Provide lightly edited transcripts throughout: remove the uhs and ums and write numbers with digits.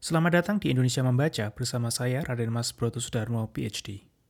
Selamat datang di Indonesia Membaca bersama saya Raden Mas Broto Sudarmo, PhD.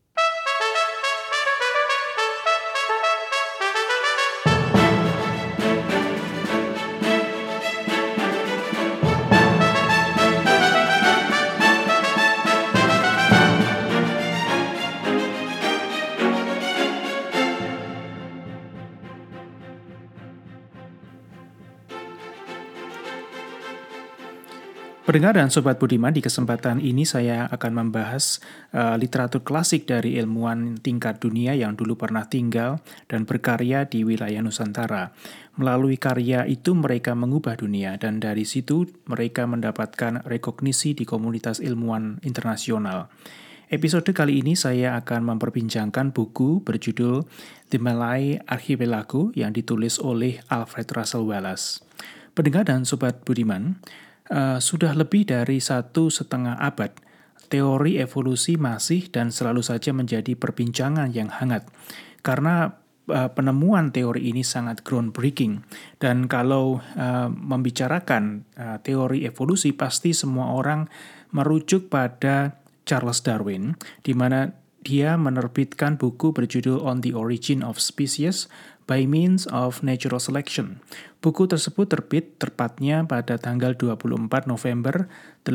Pendengar dan Sobat Budiman, di kesempatan ini saya akan membahas literatur klasik dari ilmuwan tingkat dunia yang dulu pernah tinggal dan berkarya di wilayah Nusantara. Melalui karya itu mereka mengubah dunia dan dari situ mereka mendapatkan rekognisi di komunitas ilmuwan internasional. Episode kali ini saya akan memperbincangkan buku berjudul The Malay Archipelago yang ditulis oleh Alfred Russel Wallace. Pendengar dan Sobat Budiman, sudah lebih dari 1,5 abad, teori evolusi masih dan selalu saja menjadi perbincangan yang hangat. Karena penemuan teori ini sangat groundbreaking. Dan kalau membicarakan teori evolusi, pasti semua orang merujuk pada Charles Darwin, di mana dia menerbitkan buku berjudul On the Origin of Species by Means of Natural Selection. Buku tersebut terbit tepatnya pada tanggal 24 November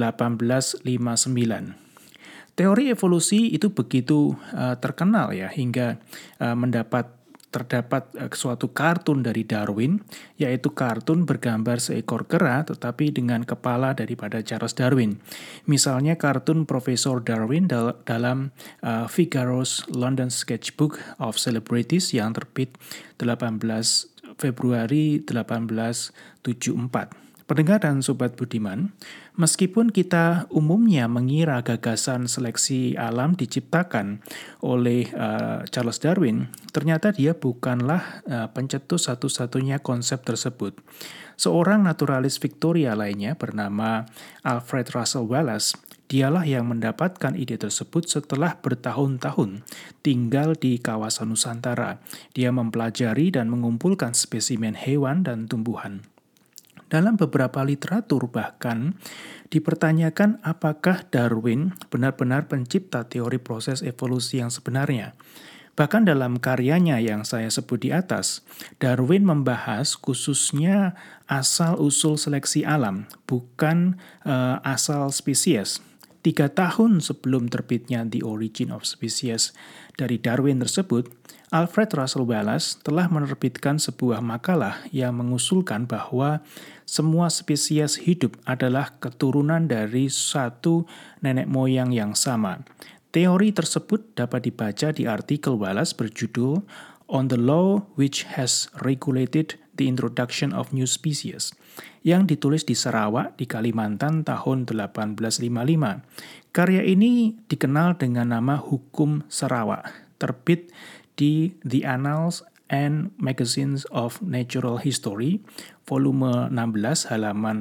1859. Teori evolusi itu begitu terkenal ya hingga terdapat suatu kartun dari Darwin, yaitu kartun bergambar seekor kera tetapi dengan kepala daripada Charles Darwin. Misalnya kartun Profesor Darwin dalam Figaro's London Sketchbook of Celebrities yang terbit 18 Februari 1874. Pendengar dan Sobat Budiman, meskipun kita umumnya mengira gagasan seleksi alam diciptakan oleh Charles Darwin, ternyata dia bukanlah pencetus satu-satunya konsep tersebut. Seorang naturalis Victoria lainnya bernama Alfred Russel Wallace, dialah yang mendapatkan ide tersebut setelah bertahun-tahun tinggal di kawasan Nusantara. Dia mempelajari dan mengumpulkan spesimen hewan dan tumbuhan. Dalam beberapa literatur bahkan dipertanyakan apakah Darwin benar-benar pencipta teori proses evolusi yang sebenarnya. Bahkan dalam karyanya yang saya sebut di atas, Darwin membahas khususnya asal-usul seleksi alam, bukan asal spesies. 3 tahun sebelum terbitnya The Origin of Species dari Darwin tersebut, Alfred Russel Wallace telah menerbitkan sebuah makalah yang mengusulkan bahwa semua spesies hidup adalah keturunan dari satu nenek moyang yang sama. Teori tersebut dapat dibaca di artikel Wallace berjudul On the Law Which Has Regulated the Introduction of New Species, yang ditulis di Sarawak di Kalimantan tahun 1855. Karya ini dikenal dengan nama Hukum Sarawak, terbit di The Annals and Magazines of Natural History, volume 16, halaman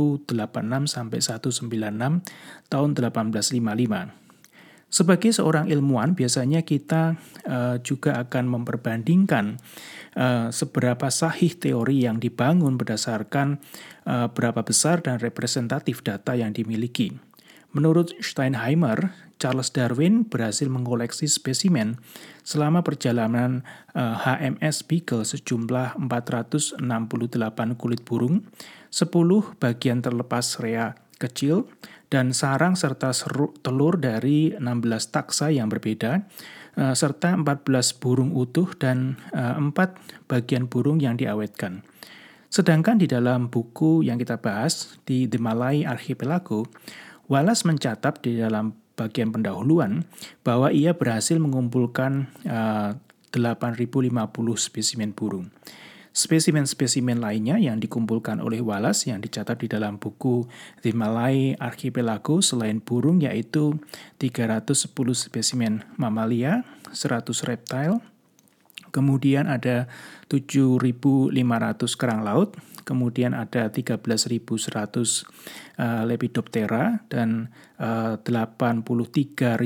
186-196, tahun 1855. Sebagai seorang ilmuwan, biasanya kita juga akan memperbandingkan seberapa sahih teori yang dibangun berdasarkan berapa besar dan representatif data yang dimiliki. Menurut Steinheimer, Charles Darwin berhasil mengoleksi spesimen selama perjalanan HMS Beagle sejumlah 468 kulit burung, 10 bagian terlepas rea kecil, dan sarang serta telur dari 16 taksa yang berbeda, serta 14 burung utuh dan 4 bagian burung yang diawetkan. Sedangkan di dalam buku yang kita bahas, di The Malay Archipelago, Wallace mencatat di dalam bagian pendahuluan bahwa ia berhasil mengumpulkan 8.050 spesimen burung. Spesimen-spesimen lainnya yang dikumpulkan oleh Wallace yang dicatat di dalam buku The Malay Archipelago selain burung yaitu 310 spesimen mamalia, 100 reptil, kemudian ada 7.500 kerang laut, kemudian ada 13.100 Lepidoptera dan 83.200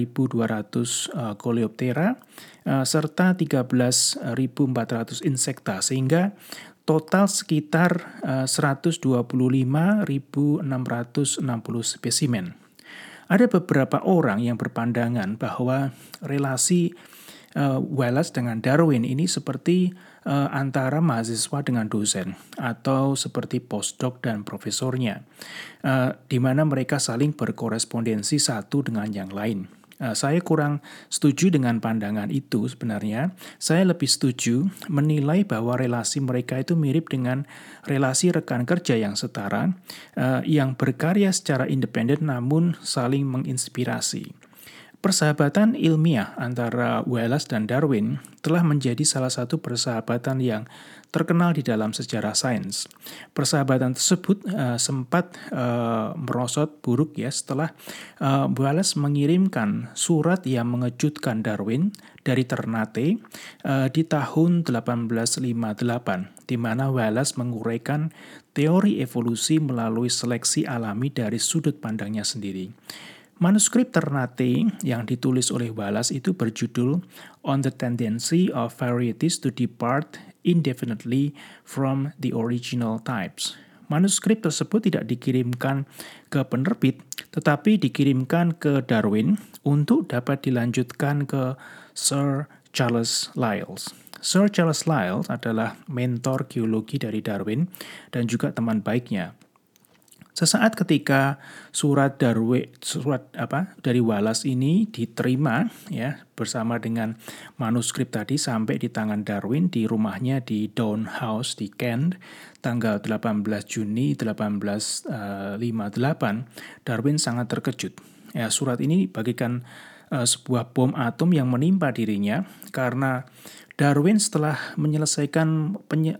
Coleoptera serta 13.400 insekta, sehingga total sekitar 125.660 spesimen. Ada beberapa orang yang berpandangan bahwa relasi Wallace dengan Darwin ini seperti antara mahasiswa dengan dosen atau seperti postdoc dan profesornya, di mana mereka saling berkorespondensi satu dengan yang lain. Saya kurang setuju dengan pandangan itu sebenarnya. Saya lebih setuju menilai bahwa relasi mereka itu mirip dengan relasi rekan kerja yang setara, yang berkarya secara independen namun saling menginspirasi. Persahabatan ilmiah antara Wallace dan Darwin telah menjadi salah satu persahabatan yang terkenal di dalam sejarah sains. Persahabatan tersebut sempat merosot buruk ya setelah Wallace mengirimkan surat yang mengejutkan Darwin dari Ternate di tahun 1858, di mana Wallace menguraikan teori evolusi melalui seleksi alami dari sudut pandangnya sendiri. Manuskrip Ternate yang ditulis oleh Wallace itu berjudul On the Tendency of Varieties to Depart Indefinitely from the Original Types. Manuskrip tersebut tidak dikirimkan ke penerbit, tetapi dikirimkan ke Darwin untuk dapat dilanjutkan ke Sir Charles Lyell. Sir Charles Lyell adalah mentor geologi dari Darwin dan juga teman baiknya. Sesaat ketika surat dari Wallace ini diterima ya bersama dengan manuskrip tadi sampai di tangan Darwin di rumahnya di Down House di Kent tanggal 18 Juni 1858, Darwin sangat terkejut. Ya, surat ini bagikan sebuah bom atom yang menimpa dirinya karena Darwin setelah menyelesaikan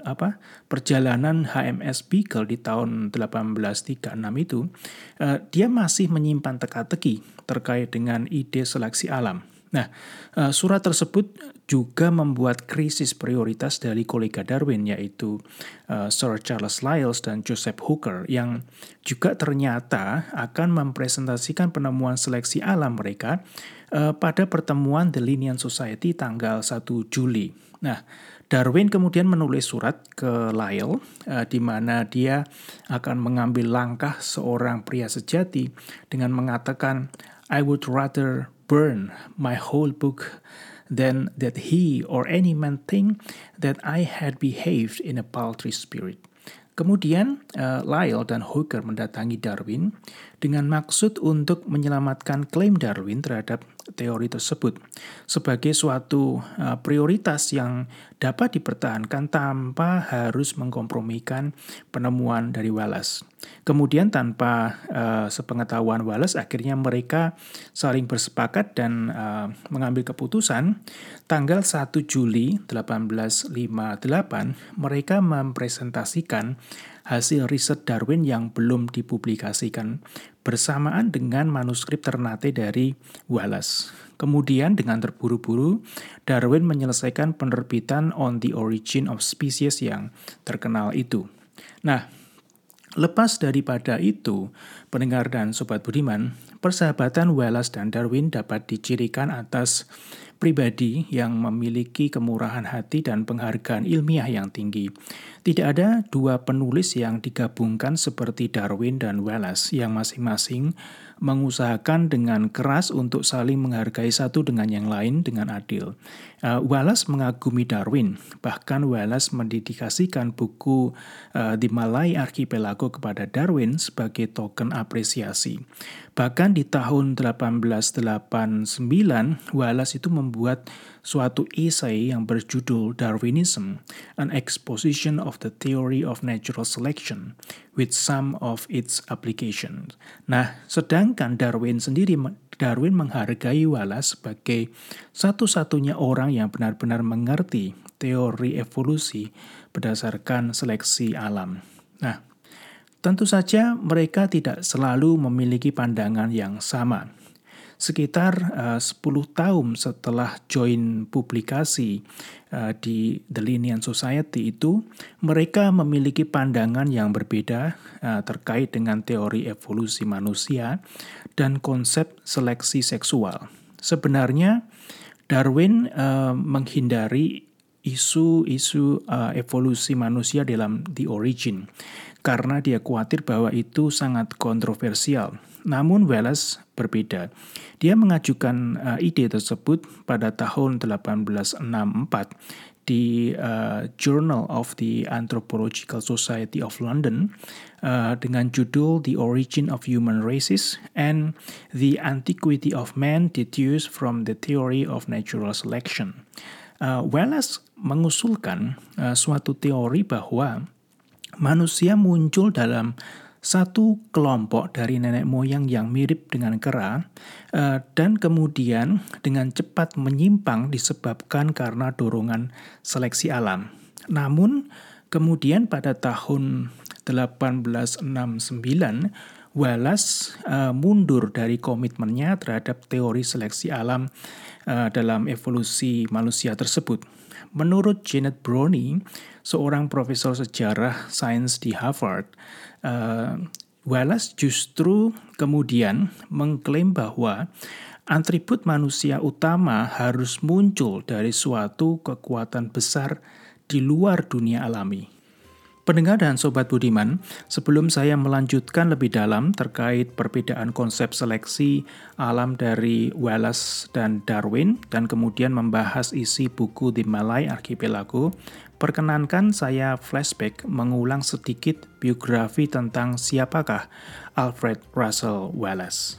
perjalanan HMS Beagle di tahun 1836 itu, dia masih menyimpan teka-teki terkait dengan ide seleksi alam. Nah, surat tersebut juga membuat krisis prioritas dari kolega Darwin, yaitu Sir Charles Lyell dan Joseph Hooker, yang juga ternyata akan mempresentasikan penemuan seleksi alam mereka pada pertemuan The Linnean Society tanggal 1 Juli. Nah, Darwin kemudian menulis surat ke Lyell di mana dia akan mengambil langkah seorang pria sejati dengan mengatakan, I would rather burn my whole book than that he or any man think that I had behaved in a paltry spirit. Kemudian Lyell dan Hooker mendatangi Darwin dengan maksud untuk menyelamatkan klaim Darwin terhadap teori tersebut sebagai suatu prioritas yang dapat dipertahankan tanpa harus mengkompromikan penemuan dari Wallace. Kemudian tanpa sepengetahuan Wallace, akhirnya mereka saling bersepakat dan mengambil keputusan. Tanggal 1 Juli 1858, mereka mempresentasikan hasil riset Darwin yang belum dipublikasikan bersamaan dengan manuskrip Ternate dari Wallace. Kemudian dengan terburu-buru, Darwin menyelesaikan penerbitan On the Origin of Species yang terkenal itu. Nah, lepas daripada itu, pendengar dan sobat budiman, persahabatan Wallace dan Darwin dapat dicirikan atas pribadi yang memiliki kemurahan hati dan penghargaan ilmiah yang tinggi. Tidak ada dua penulis yang digabungkan seperti Darwin dan Wallace yang masing-masing mengusahakan dengan keras untuk saling menghargai satu dengan yang lain dengan adil. Wallace mengagumi Darwin, bahkan Wallace mendedikasikan buku The Malay Archipelago kepada Darwin sebagai token apresiasi. Bahkan di tahun 1889, Wallace itu membuat suatu esai yang berjudul Darwinism, An Exposition of the Theory of Natural Selection, with some of its applications. Nah, sedangkan Darwin menghargai Wallace sebagai satu-satunya orang yang benar-benar mengerti teori evolusi berdasarkan seleksi alam. Nah, tentu saja mereka tidak selalu memiliki pandangan yang sama. Sekitar 10 tahun setelah join publikasi di The Linnean Society itu, mereka memiliki pandangan yang berbeda terkait dengan teori evolusi manusia dan konsep seleksi seksual. Sebenarnya Darwin menghindari isu-isu evolusi manusia dalam The Origin karena dia khawatir bahwa itu sangat kontroversial. Namun Wallace berbeda. Dia mengajukan ide tersebut pada tahun 1864 di Journal of the Anthropological Society of London dengan judul The Origin of Human Races and the Antiquity of Man Deduced from the Theory of Natural Selection. Wallace mengusulkan suatu teori bahwa manusia muncul dalam satu kelompok dari nenek moyang yang mirip dengan kera dan kemudian dengan cepat menyimpang disebabkan karena dorongan seleksi alam. Namun kemudian pada tahun 1869 Wallace mundur dari komitmennya terhadap teori seleksi alam dalam evolusi manusia tersebut. Menurut Janet Browne, seorang profesor sejarah sains di Harvard, Wallace justru kemudian mengklaim bahwa atribut manusia utama harus muncul dari suatu kekuatan besar di luar dunia alami. Pendengar dan Sobat Budiman, sebelum saya melanjutkan lebih dalam terkait perbedaan konsep seleksi alam dari Wallace dan Darwin dan kemudian membahas isi buku The Malay Archipelago, perkenankan saya flashback mengulang sedikit biografi tentang siapakah Alfred Russel Wallace.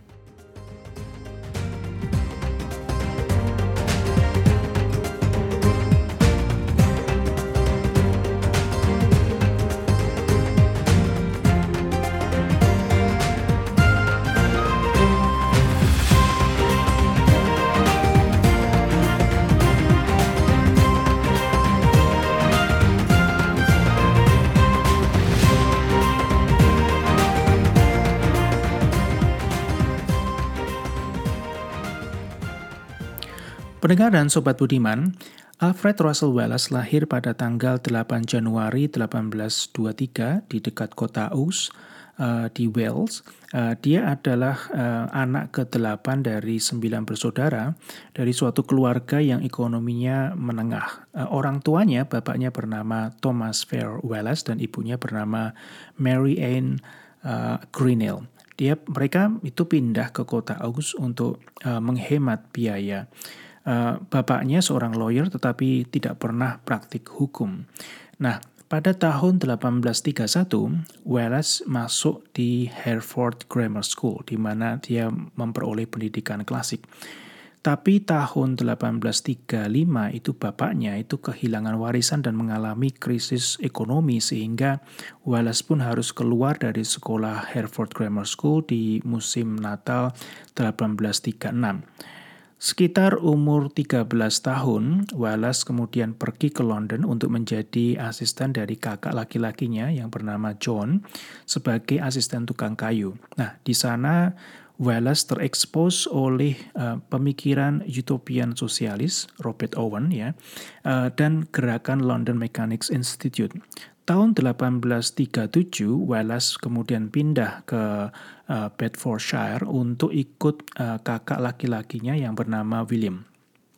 Pendengar dan Sobat Budiman, Alfred Russel Wallace lahir pada tanggal 8 Januari 1823 di dekat kota Ouse di Wales. Dia adalah anak ke-8 dari 9 bersaudara dari suatu keluarga yang ekonominya menengah. Orang tuanya, bapaknya bernama Thomas Fair Wallace dan ibunya bernama Mary Ann Grinnell. Mereka itu pindah ke kota Ouse untuk menghemat biaya. Bapaknya seorang lawyer tetapi tidak pernah praktik hukum. Nah, pada tahun 1831, Wallace masuk di Hereford Grammar School, di mana dia memperoleh pendidikan klasik. Tapi tahun 1835 itu bapaknya itu kehilangan warisan dan mengalami krisis ekonomi sehingga Wallace pun harus keluar dari sekolah Hereford Grammar School di musim Natal 1836. Sekitar umur 13 tahun, Wallace kemudian pergi ke London untuk menjadi asisten dari kakak laki-lakinya yang bernama John sebagai asisten tukang kayu. Nah, di sana Wallace terekspos oleh pemikiran utopian sosialis Robert Owen dan gerakan London Mechanics Institute. Tahun 1837, Wallace kemudian pindah ke Bedfordshire untuk ikut kakak laki-lakinya yang bernama William.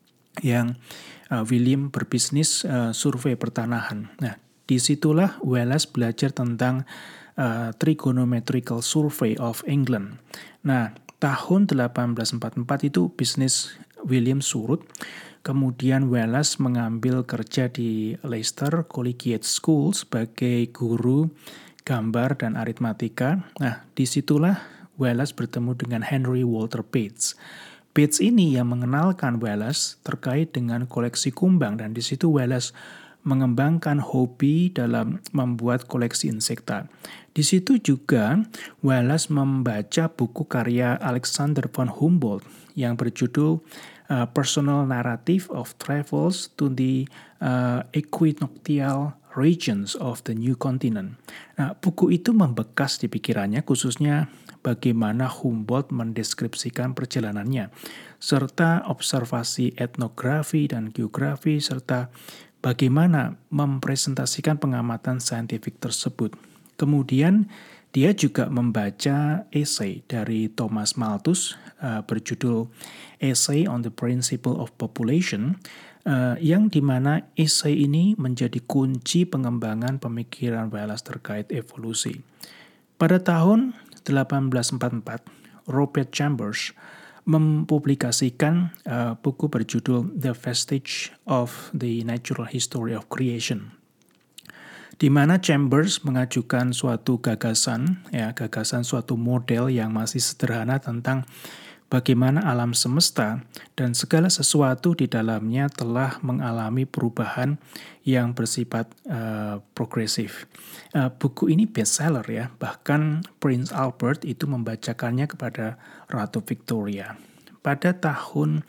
William berbisnis survei pertanahan. Nah, disitulah Wallace belajar tentang Trigonometrical Survey of England. Nah, tahun 1844 itu bisnis William surut. Kemudian Wallace mengambil kerja di Leicester Collegiate School sebagai guru gambar dan aritmatika. Nah, disitulah Wallace bertemu dengan Henry Walter Bates. Bates ini yang mengenalkan Wallace terkait dengan koleksi kumbang dan di situ Wallace mengembangkan hobi dalam membuat koleksi insekta. Di situ juga Wallace membaca buku karya Alexander von Humboldt yang berjudul Personal Narrative of Travels to the Equinoctial Regions of the New Continent. Nah, buku itu membekas di pikirannya khususnya bagaimana Humboldt mendeskripsikan perjalanannya, serta observasi etnografi dan geografi, serta bagaimana mempresentasikan pengamatan saintifik tersebut. Kemudian Dia juga membaca esai dari Thomas Malthus berjudul Essay on the Principle of Population, yang dimana esai ini menjadi kunci pengembangan pemikiran Wallace terkait evolusi. Pada tahun 1844, Robert Chambers mempublikasikan buku berjudul The Vestige of the Natural History of Creation, di mana Chambers mengajukan suatu gagasan suatu model yang masih sederhana tentang bagaimana alam semesta dan segala sesuatu di dalamnya telah mengalami perubahan yang bersifat progresif. Buku ini bestseller ya, bahkan Prince Albert itu membacakannya kepada Ratu Victoria. Pada tahun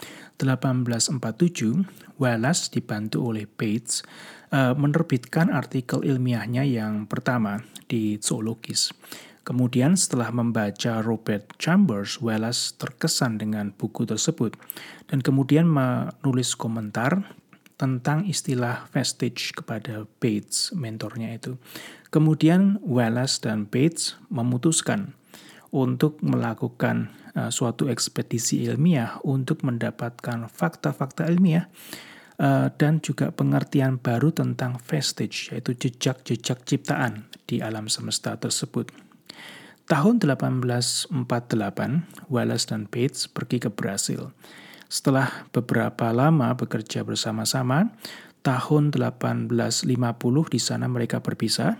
1847, Wallace dibantu oleh Bates menerbitkan artikel ilmiahnya yang pertama di Zoologist. Kemudian setelah membaca Robert Chambers, Wallace terkesan dengan buku tersebut dan kemudian menulis komentar tentang istilah vestige kepada Bates, mentornya itu. Kemudian Wallace dan Bates memutuskan untuk melakukan suatu ekspedisi ilmiah untuk mendapatkan fakta-fakta ilmiah dan juga pengertian baru tentang vestige, yaitu jejak-jejak ciptaan di alam semesta tersebut. Tahun 1848, Wallace dan Bates pergi ke Brasil. Setelah beberapa lama bekerja bersama-sama, tahun 1850 di sana mereka berpisah.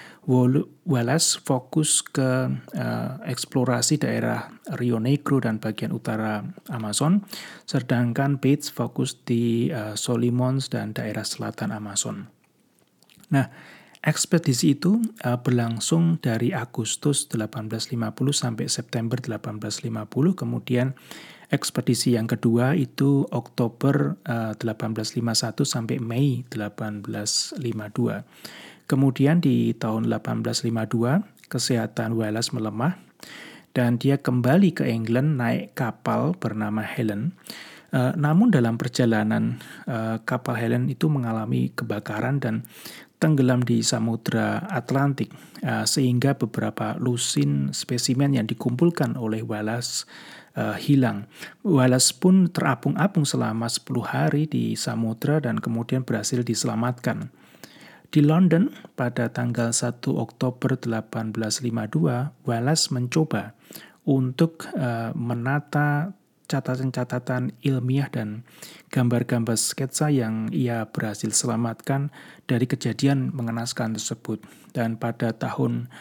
Wallace fokus ke eksplorasi daerah Rio Negro dan bagian utara Amazon, sedangkan Bates fokus di Solimões dan daerah selatan Amazon. Nah, ekspedisi itu berlangsung dari Agustus 1850 sampai September 1850, kemudian ekspedisi yang kedua itu Oktober 1851 sampai Mei 1852. Kemudian di tahun 1852, kesehatan Wallace melemah dan dia kembali ke England naik kapal bernama Helen. Namun dalam perjalanan kapal Helen itu mengalami kebakaran dan tenggelam di Samudra Atlantik, sehingga beberapa lusin spesimen yang dikumpulkan oleh Wallace hilang. Wallace pun terapung-apung selama 10 hari di samudra dan kemudian berhasil diselamatkan. Di London pada tanggal 1 Oktober 1852, Wallace mencoba untuk menata catatan-catatan ilmiah dan gambar-gambar sketsa yang ia berhasil selamatkan dari kejadian mengenaskan tersebut. Dan pada tahun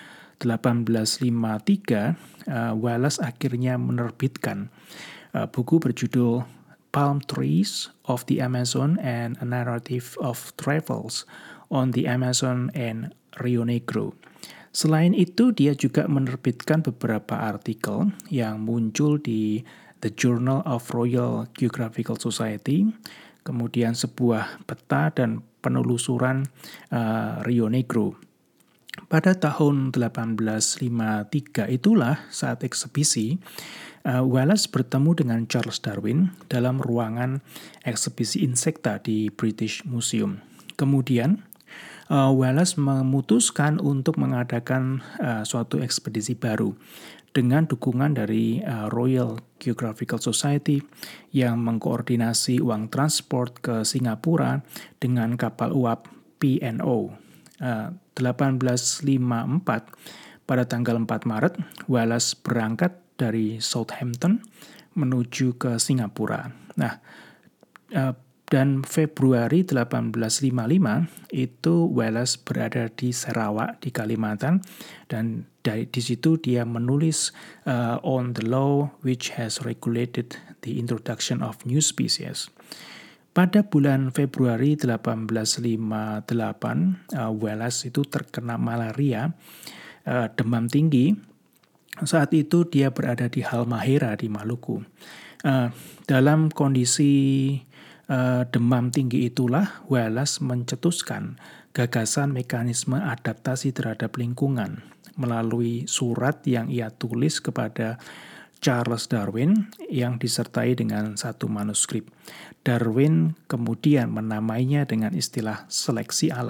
1853, Wallace akhirnya menerbitkan buku berjudul Palm Trees of the Amazon and a Narrative of Travels on the Amazon and Rio Negro. Selain itu, dia juga menerbitkan beberapa artikel yang muncul di The Journal of Royal Geographical Society, kemudian sebuah peta dan penelusuran Rio Negro. Pada tahun 1853 itulah saat eksebisi, Wallace bertemu dengan Charles Darwin dalam ruangan eksebisi insekta di British Museum. Kemudian, Wallace memutuskan untuk mengadakan suatu ekspedisi baru dengan dukungan dari Royal Geographical Society yang mengkoordinasi uang transport ke Singapura dengan kapal uap P&O. 1854 pada tanggal 4 Maret, Wallace berangkat dari Southampton menuju ke Singapura. Nah, dan Februari 1855 itu Wallace berada di Sarawak di Kalimantan dan di situ dia menulis on the law which has regulated the introduction of new species. Pada bulan Februari 1858, Wallace itu terkena malaria, demam tinggi. Saat itu dia berada di Halmahera di Maluku. Dalam kondisi demam tinggi itulah Wallace mencetuskan gagasan mekanisme adaptasi terhadap lingkungan melalui surat yang ia tulis kepada Charles Darwin yang disertai dengan satu manuskrip. Darwin kemudian menamainya dengan istilah seleksi alam.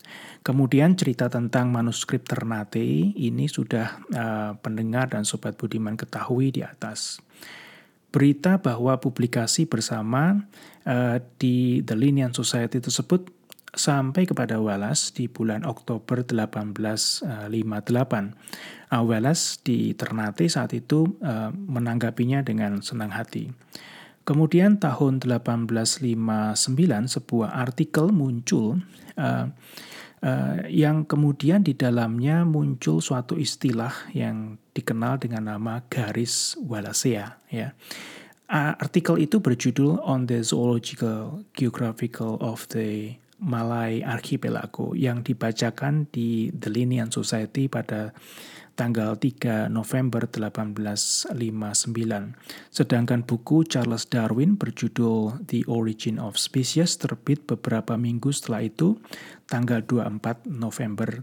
Kemudian cerita tentang manuskrip Ternate ini sudah pendengar dan Sobat Budiman ketahui di atas. Berita bahwa publikasi bersama di The Linnean Society tersebut sampai kepada Wallace di bulan Oktober 1858. Wallace di Ternate saat itu menanggapinya dengan senang hati. Kemudian tahun 1859 sebuah artikel muncul yang kemudian di dalamnya muncul suatu istilah yang dikenal dengan nama garis Wallacea. Ya. Artikel itu berjudul On the Zoological Geographical of the Malay Archipelago yang dibacakan di The Linnean Society pada tanggal 3 November 1859. Sedangkan buku Charles Darwin berjudul The Origin of Species terbit beberapa minggu setelah itu, tanggal 24 November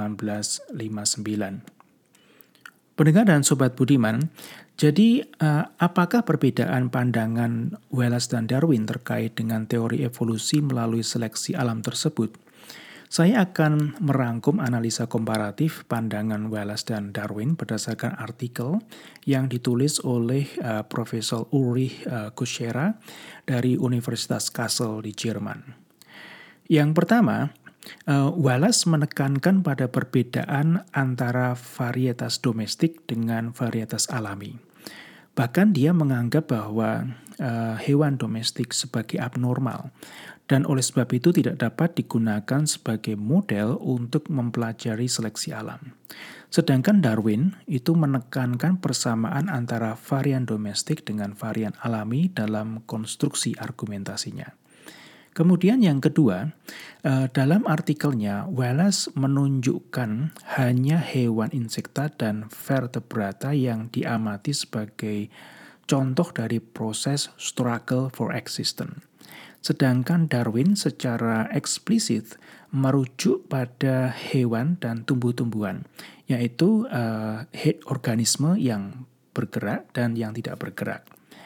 1859. Pendengar dan Sobat Budiman, jadi apakah perbedaan pandangan Wallace dan Darwin terkait dengan teori evolusi melalui seleksi alam tersebut? Saya akan merangkum analisa komparatif pandangan Wallace dan Darwin berdasarkan artikel yang ditulis oleh Profesor Ulrich Kuschera dari Universitas Kassel di Jerman. Yang pertama, Wallace menekankan pada perbedaan antara varietas domestik dengan varietas alami. Bahkan dia menganggap bahwa hewan domestik sebagai abnormal dan oleh sebab itu tidak dapat digunakan sebagai model untuk mempelajari seleksi alam. Sedangkan Darwin itu menekankan persamaan antara varian domestik dengan varian alami dalam konstruksi argumentasinya. Kemudian yang kedua, dalam artikelnya Wallace menunjukkan hanya hewan insekta dan vertebrata yang diamati sebagai contoh dari proses struggle for existence. Sedangkan Darwin secara eksplisit merujuk pada hewan dan tumbuh-tumbuhan, yaitu organisme yang bergerak dan yang tidak bergerak.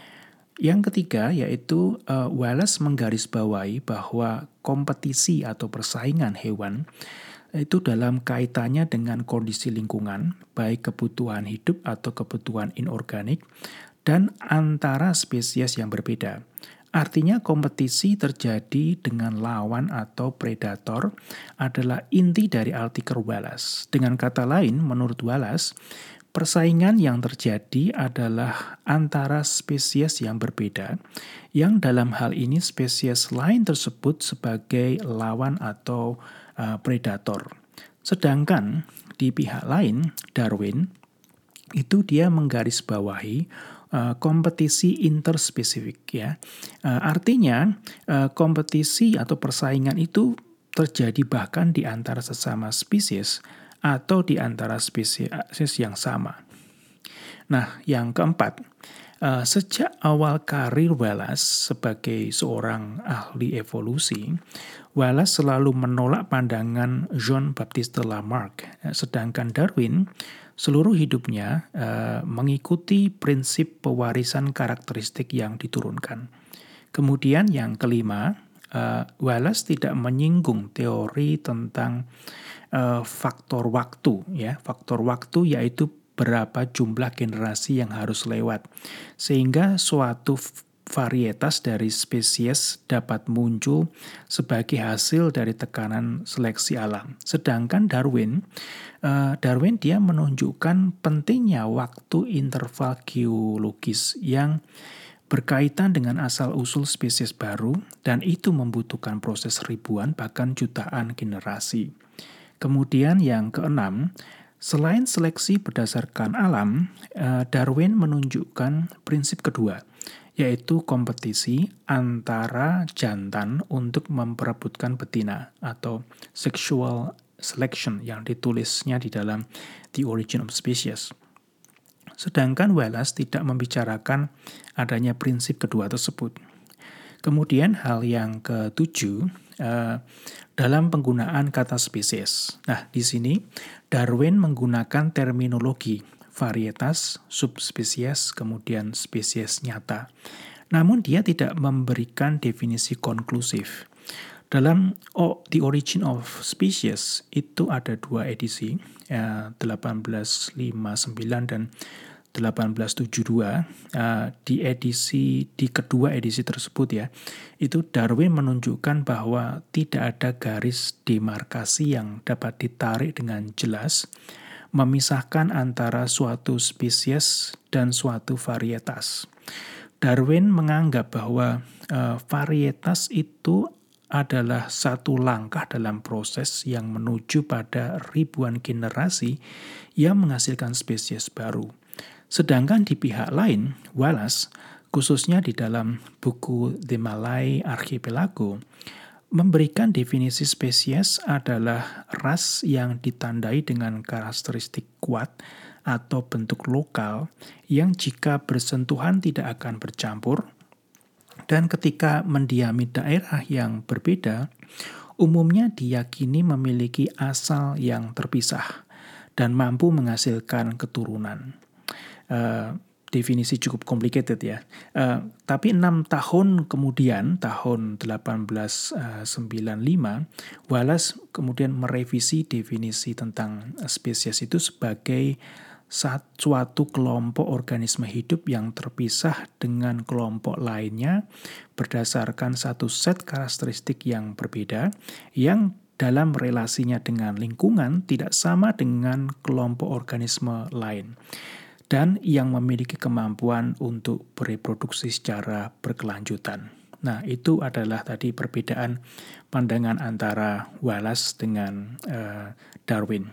Yang ketiga yaitu Wallace menggarisbawahi bahwa kompetisi atau persaingan hewan itu dalam kaitannya dengan kondisi lingkungan, baik kebutuhan hidup atau kebutuhan inorganik, dan antara spesies yang berbeda. Artinya kompetisi terjadi dengan lawan atau predator adalah inti dari artikel Wallace. Dengan kata lain, menurut Wallace, persaingan yang terjadi adalah antara spesies yang berbeda, yang dalam hal ini spesies lain tersebut sebagai lawan atau predator. Sedangkan di pihak lain, Darwin, itu dia menggarisbawahi kompetisi interspesifik ya. Artinya kompetisi atau persaingan itu terjadi bahkan di antara sesama spesies atau di antara spesies yang sama. Nah, yang keempat, sejak awal karir Wallace sebagai seorang ahli evolusi, Wallace selalu menolak pandangan Jean-Baptiste Lamarck, sedangkan Darwin seluruh hidupnya mengikuti prinsip pewarisan karakteristik yang diturunkan. Kemudian yang kelima, Wallace tidak menyinggung teori tentang faktor waktu, ya. Faktor waktu yaitu berapa jumlah generasi yang harus lewat, sehingga suatu varietas dari spesies dapat muncul sebagai hasil dari tekanan seleksi alam. Sedangkan Darwin dia menunjukkan pentingnya waktu interval geologis yang berkaitan dengan asal-usul spesies baru dan itu membutuhkan proses ribuan bahkan jutaan generasi. Kemudian yang keenam, selain seleksi berdasarkan alam, Darwin menunjukkan prinsip kedua, yaitu kompetisi antara jantan untuk memperebutkan betina atau sexual selection yang ditulisnya di dalam The Origin of Species. Sedangkan Wallace tidak membicarakan adanya prinsip kedua tersebut. Kemudian hal yang ketujuh, dalam penggunaan kata spesies. Nah, di sini Darwin menggunakan terminologi varietas, subspesies, kemudian spesies nyata. Namun dia tidak memberikan definisi konklusif. Dalam The Origin of Species itu ada 2 edisi, 1859 dan 1872. Di kedua edisi tersebut ya, itu Darwin menunjukkan bahwa tidak ada garis demarkasi yang dapat ditarik dengan jelas memisahkan antara suatu spesies dan suatu varietas. Darwin menganggap bahwa varietas itu adalah satu langkah dalam proses yang menuju pada ribuan generasi yang menghasilkan spesies baru. Sedangkan di pihak lain, Wallace, khususnya di dalam buku The Malay Archipelago, memberikan definisi spesies adalah ras yang ditandai dengan karakteristik kuat atau bentuk lokal yang jika bersentuhan tidak akan bercampur, dan ketika mendiami daerah yang berbeda, umumnya diyakini memiliki asal yang terpisah dan mampu menghasilkan keturunan. Definisi cukup complicated ya. Tapi 6 tahun kemudian, tahun 1895, Wallace kemudian merevisi definisi tentang spesies itu sebagai suatu kelompok organisme hidup yang terpisah dengan kelompok lainnya berdasarkan satu set karakteristik yang berbeda yang dalam relasinya dengan lingkungan tidak sama dengan kelompok organisme lain, dan yang memiliki kemampuan untuk bereproduksi secara berkelanjutan. Nah, itu adalah tadi perbedaan pandangan antara Wallace dengan Darwin.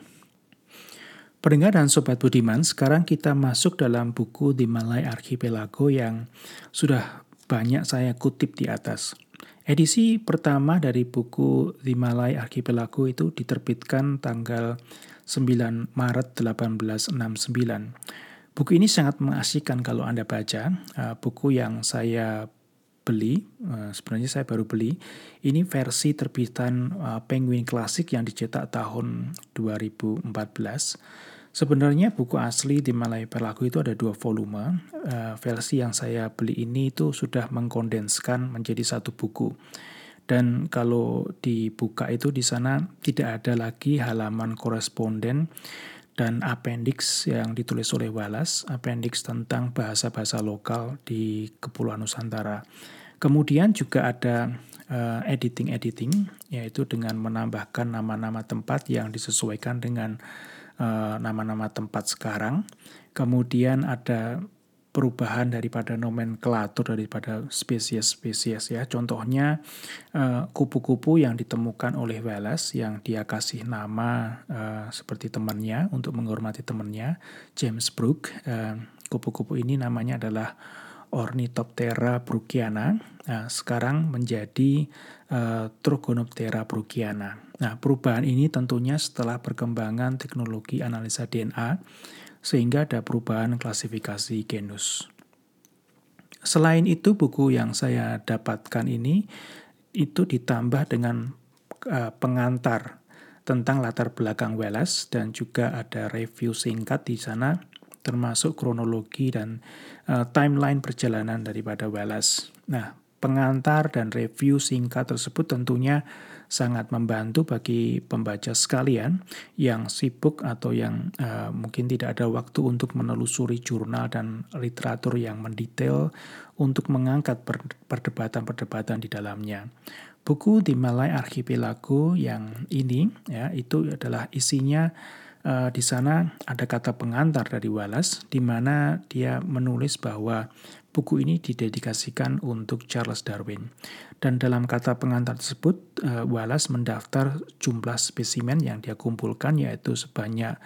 Pendengar dan Sobat Budiman, sekarang kita masuk dalam buku The Malay Archipelago yang sudah banyak saya kutip di atas. Edisi pertama dari buku The Malay Archipelago itu diterbitkan tanggal 9 Maret 1869. Buku ini sangat mengasihkan kalau Anda baca. Buku yang saya beli, sebenarnya saya baru beli, ini versi terbitan Penguin Classic yang dicetak tahun 2014. Sebenarnya buku asli di Malay Archipelago itu ada 2 volume. Versi yang saya beli ini itu sudah mengkondenskan menjadi satu buku. Dan kalau dibuka itu di sana tidak ada lagi halaman koresponden dan appendix yang ditulis oleh Wallace, appendix tentang bahasa-bahasa lokal di Kepulauan Nusantara. Kemudian juga ada editing, yaitu dengan menambahkan nama-nama tempat yang disesuaikan dengan nama-nama tempat sekarang. Kemudian ada perubahan daripada nomenklatur daripada spesies-spesies ya. Contohnya kupu-kupu yang ditemukan oleh Wallace yang dia kasih nama seperti temannya untuk menghormati temannya, James Brooke. Kupu-kupu ini namanya adalah Ornithoptera brookiana. Sekarang menjadi Trogonoptera brookiana. Nah, perubahan ini tentunya setelah perkembangan teknologi analisa DNA sehingga ada perubahan klasifikasi genus. Selain itu, buku yang saya dapatkan ini itu ditambah dengan pengantar tentang latar belakang Wallace dan juga ada review singkat di sana termasuk kronologi dan timeline perjalanan daripada Wallace. Nah, pengantar dan review singkat tersebut tentunya sangat membantu bagi pembaca sekalian yang sibuk atau yang mungkin tidak ada waktu untuk menelusuri jurnal dan literatur yang mendetail untuk mengangkat perdebatan-perdebatan di dalamnya. Buku The Malay Archipelago yang ini ya itu adalah isinya di sana ada kata pengantar dari Wallace di mana dia menulis bahwa buku ini didedikasikan untuk Charles Darwin. Dan dalam kata pengantar tersebut, Wallace mendaftar jumlah spesimen yang dia kumpulkan yaitu sebanyak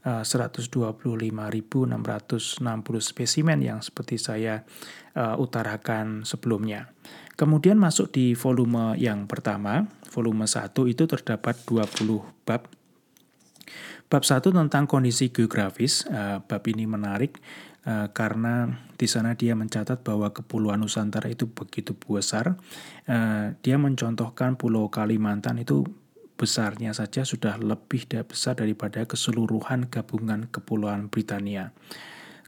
125.660 spesimen yang seperti saya utarakan sebelumnya. Kemudian masuk di volume yang pertama, volume 1 itu terdapat 20 bab. Bab 1 tentang kondisi geografis. Bab ini menarik karena di sana dia mencatat bahwa Kepulauan Nusantara itu begitu besar. Dia mencontohkan Pulau Kalimantan itu besarnya saja sudah lebih besar daripada keseluruhan gabungan Kepulauan Britania.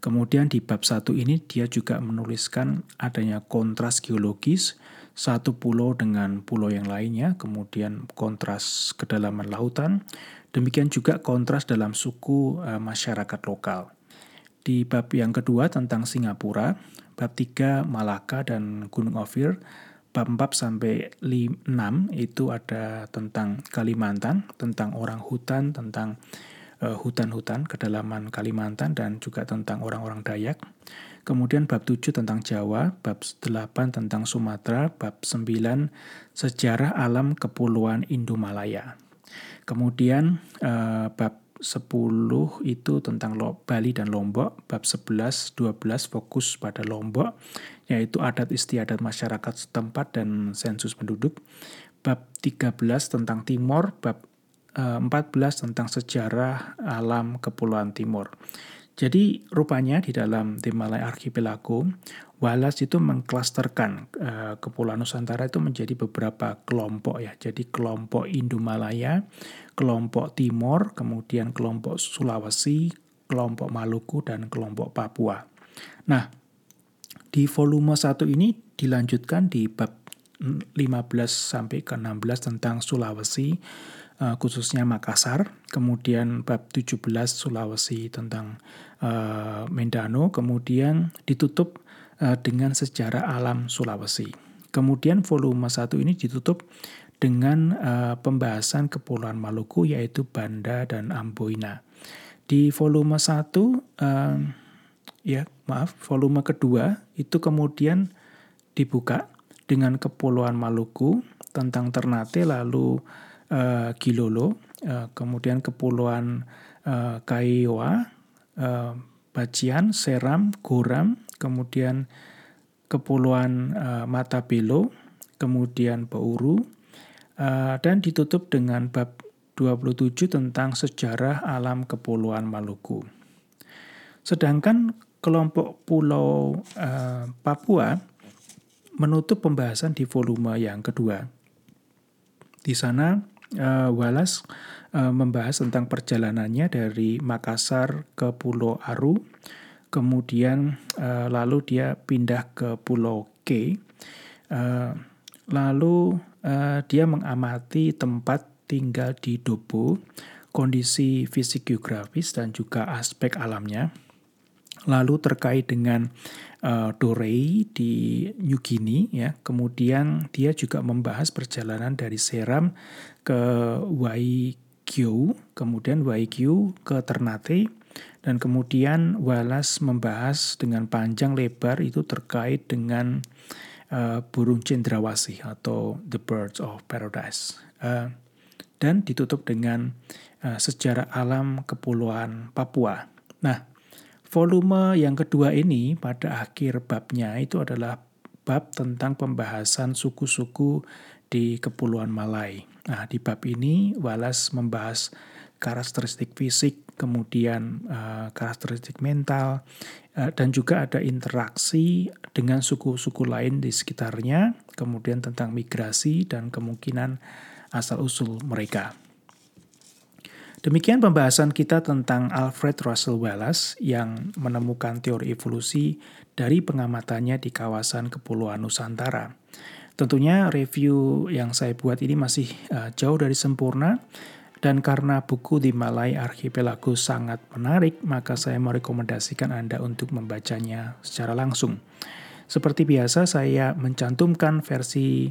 Kemudian di bab 1 ini dia juga menuliskan adanya kontras geologis, satu pulau dengan pulau yang lainnya, kemudian kontras kedalaman lautan, demikian juga kontras dalam suku masyarakat lokal. Di bab yang kedua tentang Singapura, bab 3 Malaka dan Gunung Ophir, bab 4 sampai 6 itu ada tentang Kalimantan, tentang orang hutan, tentang hutan-hutan kedalaman Kalimantan dan juga tentang orang-orang Dayak. Kemudian bab 7 tentang Jawa, bab 8 tentang Sumatera, bab 9 sejarah alam kepulauan Indomalaya. Kemudian bab 10 itu tentang Bali dan Lombok, bab 11-12 fokus pada Lombok, yaitu adat istiadat masyarakat setempat dan sensus penduduk. Bab 13 tentang Timor, bab 14 tentang sejarah alam Kepulauan Timor. Jadi rupanya di dalam The Malay Archipelago, Wallace itu mengklasterkan Kepulauan Nusantara itu menjadi beberapa kelompok ya. Jadi kelompok Indomalaya, kelompok Timor, kemudian kelompok Sulawesi, kelompok Maluku, dan kelompok Papua. Nah, di volume 1 ini dilanjutkan di bab 15 sampai ke 16 tentang Sulawesi, khususnya Makassar, kemudian bab 17 Sulawesi tentang Mindanao, kemudian ditutup dengan sejarah alam Sulawesi. Kemudian volume 1 ini ditutup dengan pembahasan Kepulauan Maluku yaitu Banda dan Amboina. Di volume 1 volume kedua itu kemudian dibuka dengan Kepulauan Maluku tentang Ternate, lalu Gilolo, kemudian Kepulauan Kaiwa, Bacian, Seram, Goram, kemudian Kepulauan Matabele, kemudian Bauru, dan ditutup dengan bab 27 tentang sejarah alam Kepulauan Maluku. Sedangkan kelompok pulau Papua menutup pembahasan di volume yang kedua. Di sana Wallace membahas tentang perjalanannya dari Makassar ke Pulau Aru, kemudian lalu dia pindah ke Pulau K, lalu dia mengamati tempat tinggal di Dobbo, kondisi fisik geografis dan juga aspek alamnya. Lalu terkait dengan Dorei di New Guinea, ya. Kemudian dia juga membahas perjalanan dari Seram ke Waigeo, kemudian Waigeo ke Ternate, dan kemudian Wallace membahas dengan panjang lebar itu terkait dengan burung cendrawasih atau the birds of paradise, dan ditutup dengan sejarah alam Kepulauan Papua. Nah, volume yang kedua ini pada akhir babnya itu adalah bab tentang pembahasan suku-suku di Kepulauan Malay. Nah, di bab ini Wallace membahas karakteristik fisik, kemudian karakteristik mental, dan juga ada interaksi dengan suku-suku lain di sekitarnya, kemudian tentang migrasi dan kemungkinan asal-usul mereka. Demikian pembahasan kita tentang Alfred Russel Wallace yang menemukan teori evolusi dari pengamatannya di kawasan Kepulauan Nusantara. Tentunya review yang saya buat ini masih jauh dari sempurna, dan karena buku The Malay Archipelago sangat menarik, maka saya merekomendasikan Anda untuk membacanya secara langsung. Seperti biasa, saya mencantumkan versi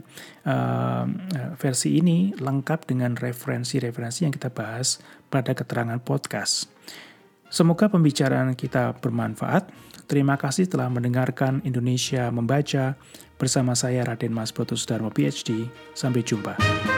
ini lengkap dengan referensi-referensi yang kita bahas pada keterangan podcast. Semoga pembicaraan kita bermanfaat. Terima kasih telah mendengarkan Indonesia Membaca bersama saya Raden Mas Broto Sudarmo PhD. Sampai jumpa.